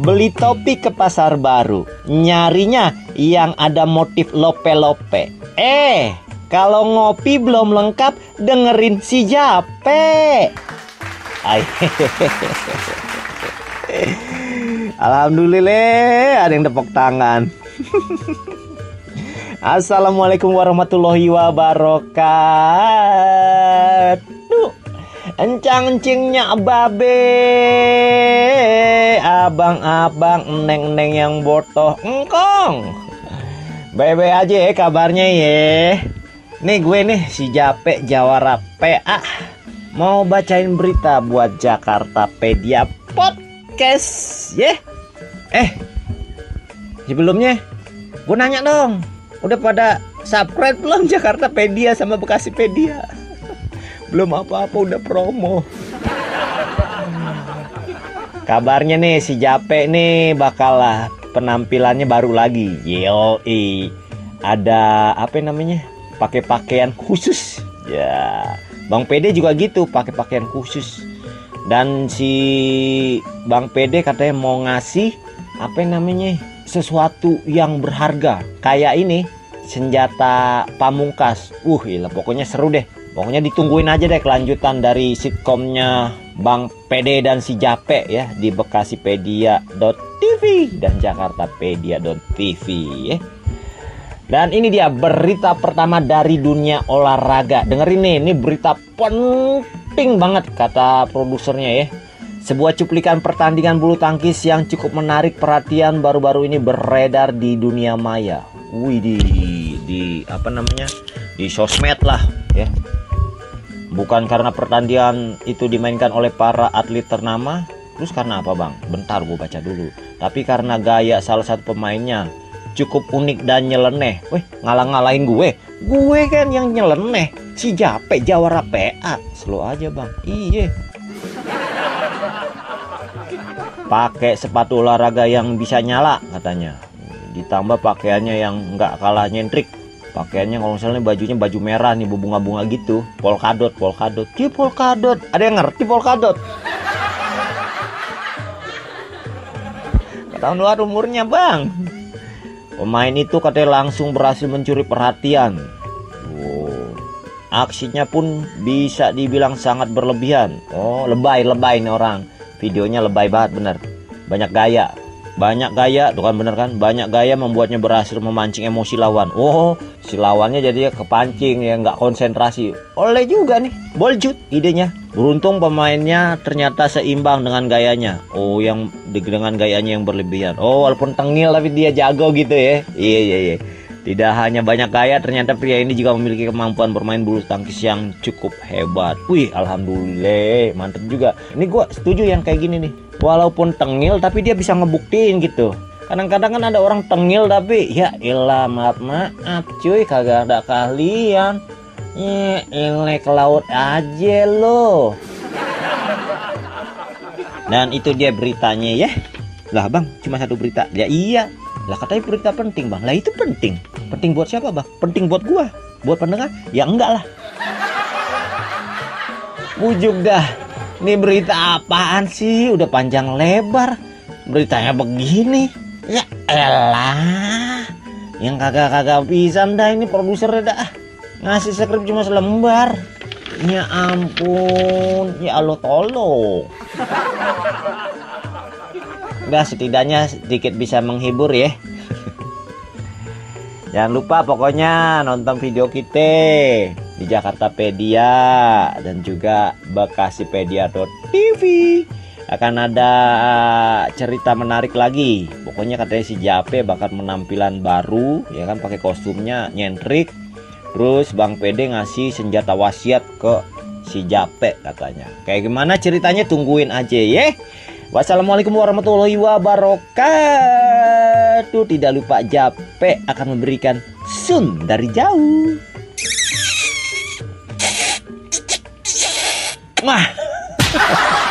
beli topi ke pasar baru, nyarinya yang ada motif lope-lope. Kalau ngopi belum lengkap, dengerin si Jape. Alhamdulillah ada yang tepuk tangan. Assalamualaikum warahmatullahi wabarakatuh. Encang-encingnya babe, abang-abang, neng-neng yang botoh engkong. Bebe aja ya kabarnya ya. Nih gue nih si Jape Jawara PA mau bacain berita buat Jakartapedia Podcast ya. Sebelumnya gue nanya dong, udah pada subscribe belum Jakartapedia sama Bekasipedia? Belum apa-apa udah promo. Kabarnya nih si Jape nih bakal lah penampilannya baru lagi. Yoi. Ada apa namanya? Pakai pakaian khusus. Ya, Bang PD juga gitu, pakai pakaian khusus. Dan si Bang PD katanya mau ngasih apa namanya? Sesuatu yang berharga. Kayak ini, senjata pamungkas. Gila, pokoknya seru deh. Pokoknya ditungguin aja deh kelanjutan dari sitkomnya Bang PD dan si Jape ya di bekasipedia.tv dan jakartapedia.tv ya. Dan ini dia berita pertama dari dunia olahraga. Dengerin nih, ini berita penting banget kata produsernya ya. Sebuah cuplikan pertandingan bulu tangkis yang cukup menarik perhatian baru-baru ini beredar di dunia maya. Wih, di apa namanya? Di sosmed lah ya. Bukan karena pertandingan itu dimainkan oleh para atlet ternama. Terus karena apa bang? Bentar gue baca dulu. Tapi karena gaya salah satu pemainnya cukup unik dan nyeleneh. Ngalah-ngalahin gue. Gue kan yang nyeleneh. Si Jape Jawara PA. Slow aja bang. Iya. Pakai sepatu olahraga yang bisa nyala katanya. Ditambah pakaiannya yang nggak kalah nyentrik. Pakaiannya kalau misalnya bajunya baju merah nih berbunga-bunga gitu, polkadot. Ki polkadot. Ada yang ngerti polkadot? Tahun luar umurnya bang. Pemain itu katanya langsung berhasil mencuri perhatian. Aksinya pun bisa dibilang sangat berlebihan. Lebay nih orang. Videonya lebay banget bener. Banyak gaya, tuh kan bener kan? Banyak gaya membuatnya berhasil memancing emosi lawan. Si lawannya jadi kepancing ya, nggak konsentrasi. Oleh juga nih, boljut idenya. Beruntung pemainnya ternyata seimbang dengan gayanya. Yang dengan gayanya yang berlebihan. Walaupun tengil tapi dia jago gitu ya. Iya. Tidak hanya banyak gaya, ternyata pria ini juga memiliki kemampuan bermain bulu tangkis yang cukup hebat. Wih, alhamdulillah, mantep juga. Ini gue setuju yang kayak gini nih. Walaupun tengil tapi dia bisa ngebuktiin gitu. Kadang-kadang kan ada orang tengil tapi ya elah maaf cuy kagak ada keahlian. Ini ke laut aja lo. Dan itu dia beritanya ya. Lah bang, cuma satu berita. Ya iya. Lah katanya berita penting bang. Lah itu penting. Penting buat siapa bang? Penting buat gua. Buat pendengar? Ya enggak lah. Bujuk dah. Ini berita apaan sih? Udah panjang lebar. Beritanya begini. Ya elah. Yang kagak pisan dah ini produsernya dah. Ngasih skrip cuma selembar. Ya ampun. Ya Allah tolong. Udah setidaknya sedikit bisa menghibur ya. Jangan lupa pokoknya nonton video kita di Jakartapedia dan juga bekasipedia.tv. Akan ada cerita menarik lagi. Pokoknya katanya si Jape bakal penampilan baru ya kan, pakai kostumnya nyentrik. Terus Bang PD ngasih senjata wasiat ke si Jape katanya. Kayak gimana ceritanya tungguin aja ya. Wassalamualaikum warahmatullahi wabarakatuh. Tidak lupa Jape akan memberikan sun dari jauh. Wah.